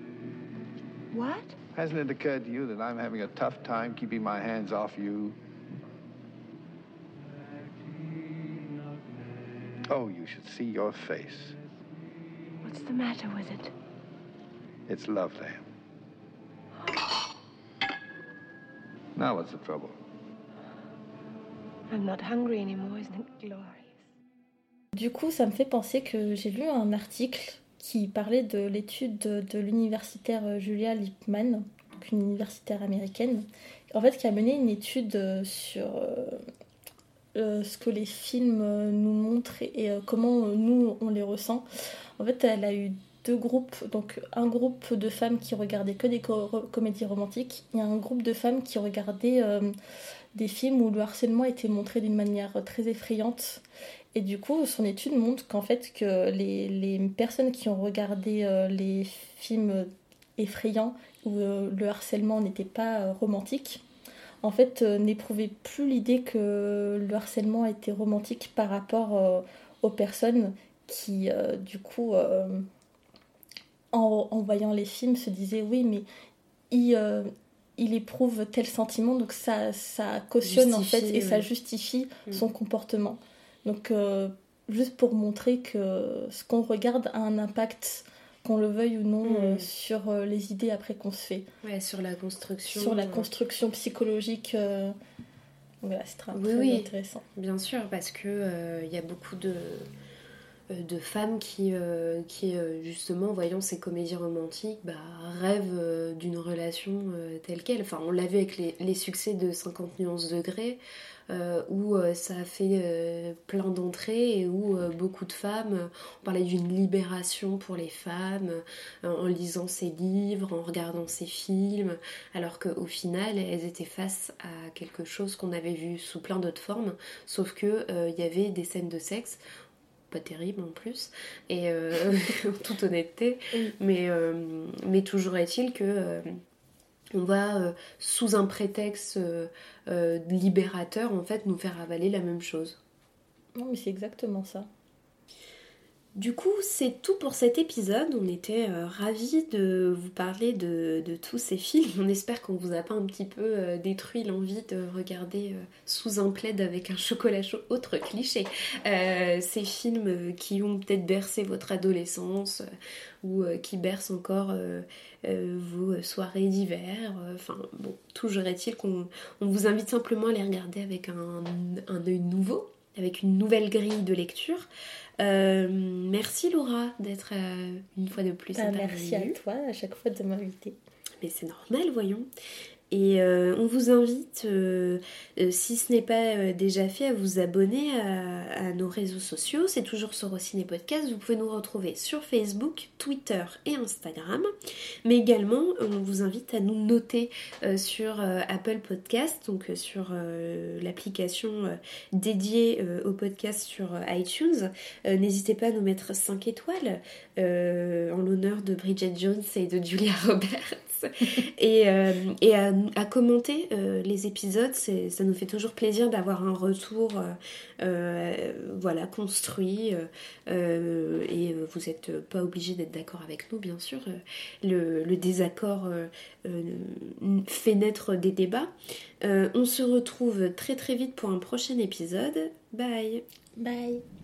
What? Hasn't it occurred to you that I'm having a tough time keeping my hands off you? Oh, you should see your face. What's the matter with it? It's lovely. Now what's the trouble? I'm not hungry anymore, isn't it glorious? Du coup, ça me fait penser que j'ai lu un article qui parlait de l'étude de l'universitaire Julia Lippmann, donc une universitaire américaine, en fait, qui a mené une étude sur ce que les films nous montrent et comment nous, on les ressent. En fait, elle a eu 2 groupes, donc un groupe de femmes qui regardaient que des comédies romantiques et un groupe de femmes qui regardaient des films où le harcèlement était montré d'une manière très effrayante. Et du coup, son étude montre qu'en fait, que les personnes qui ont regardé les films effrayants où le harcèlement n'était pas romantique, en fait, n'éprouvaient plus l'idée que le harcèlement était romantique par rapport aux personnes qui, du coup, en voyant les films, se disaient oui, mais il éprouve tel sentiment, donc ça cautionne justifie, en fait, et ça justifie son comportement. Donc, juste pour montrer que ce qu'on regarde a un impact, qu'on le veuille ou non, sur les idées après qu'on se fait. Ouais, sur la construction. Sur la construction psychologique. Voilà, c'est très intéressant. Bien sûr, parce que y a beaucoup de femmes qui justement, voyant ces comédies romantiques, rêvent d'une relation telle quelle. Enfin, on l'a vu avec les succès de 50 nuances degrés, où ça a fait plein d'entrées et où beaucoup de femmes, on parlait d'une libération pour les femmes en lisant ces livres, en regardant ces films, alors qu'au final elles étaient face à quelque chose qu'on avait vu sous plein d'autres formes, sauf que il y avait des scènes de sexe pas terrible en plus, et en toute honnêteté, mais toujours est-il que on va, sous un prétexte libérateur, en fait, nous faire avaler la même chose. Non, mais c'est exactement ça. Du coup, c'est tout pour cet épisode. On était ravis de vous parler de tous ces films. On espère qu'on vous a pas un petit peu détruit l'envie de regarder sous un plaid avec un chocolat chaud, autre cliché. Ces films qui ont peut-être bercé votre adolescence ou qui bercent encore vos soirées d'hiver. Enfin, bon, toujours est-il qu'on vous invite simplement à les regarder avec un œil nouveau, avec une nouvelle grille de lecture. Merci Laura d'être une fois de plus intervenue. Merci à toi à chaque fois de m'inviter. Mais c'est normal, voyons. Et on vous invite, si ce n'est pas déjà fait, à vous abonner à nos réseaux sociaux. C'est toujours sur Ciné Podcast. Vous pouvez nous retrouver sur Facebook, Twitter et Instagram. Mais également, on vous invite à nous noter sur Apple Podcast, donc sur l'application dédiée au podcast sur iTunes. N'hésitez pas à nous mettre 5 étoiles en l'honneur de Bridget Jones et de Julia Roberts. Et à commenter les épisodes, ça nous fait toujours plaisir d'avoir un retour construit, et vous n'êtes pas obligés d'être d'accord avec nous, bien sûr. Le désaccord fait naître des débats. On se retrouve très très vite pour un prochain épisode. Bye. Bye.